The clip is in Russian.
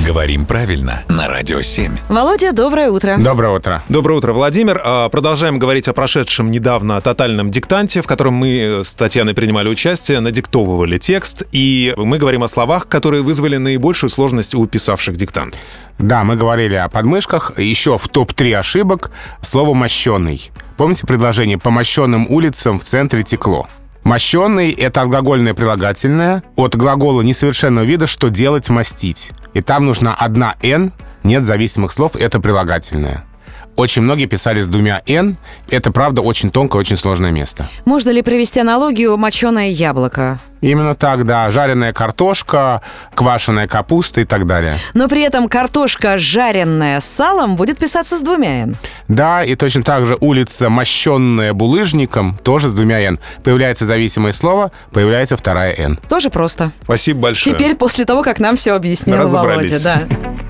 Говорим правильно на Радио 7. Володя, доброе утро. Доброе утро. Доброе утро, Владимир. Продолжаем говорить о прошедшем недавно тотальном диктанте, в котором мы с Татьяной принимали участие, надиктовывали текст, и мы говорим о словах, которые вызвали наибольшую сложность у писавших диктант. Да, мы говорили о подмышках. Еще в топ-3 ошибок слово «мощеный». Помните предложение «по мощенным улицам в центре текло»? Мощенный — это отглагольное прилагательное от глагола несовершенного вида «что делать, мастить». И там нужна одна «н», нет зависимых слов, это прилагательное. Очень многие писали с двумя «н». Это, правда, очень тонкое, очень сложное место. Можно ли провести аналогию «моченое яблоко»? Именно так, да. Жареная картошка, квашеная капуста и так далее. Но при этом картошка, жареная с салом, будет писаться с двумя «н». Да, и точно так же улица, мощенная булыжником, тоже с двумя «н». Появляется зависимое слово, появляется вторая «н». Тоже просто. Спасибо большое. Теперь после того, как нам все объяснил Разобрались. Володя, да.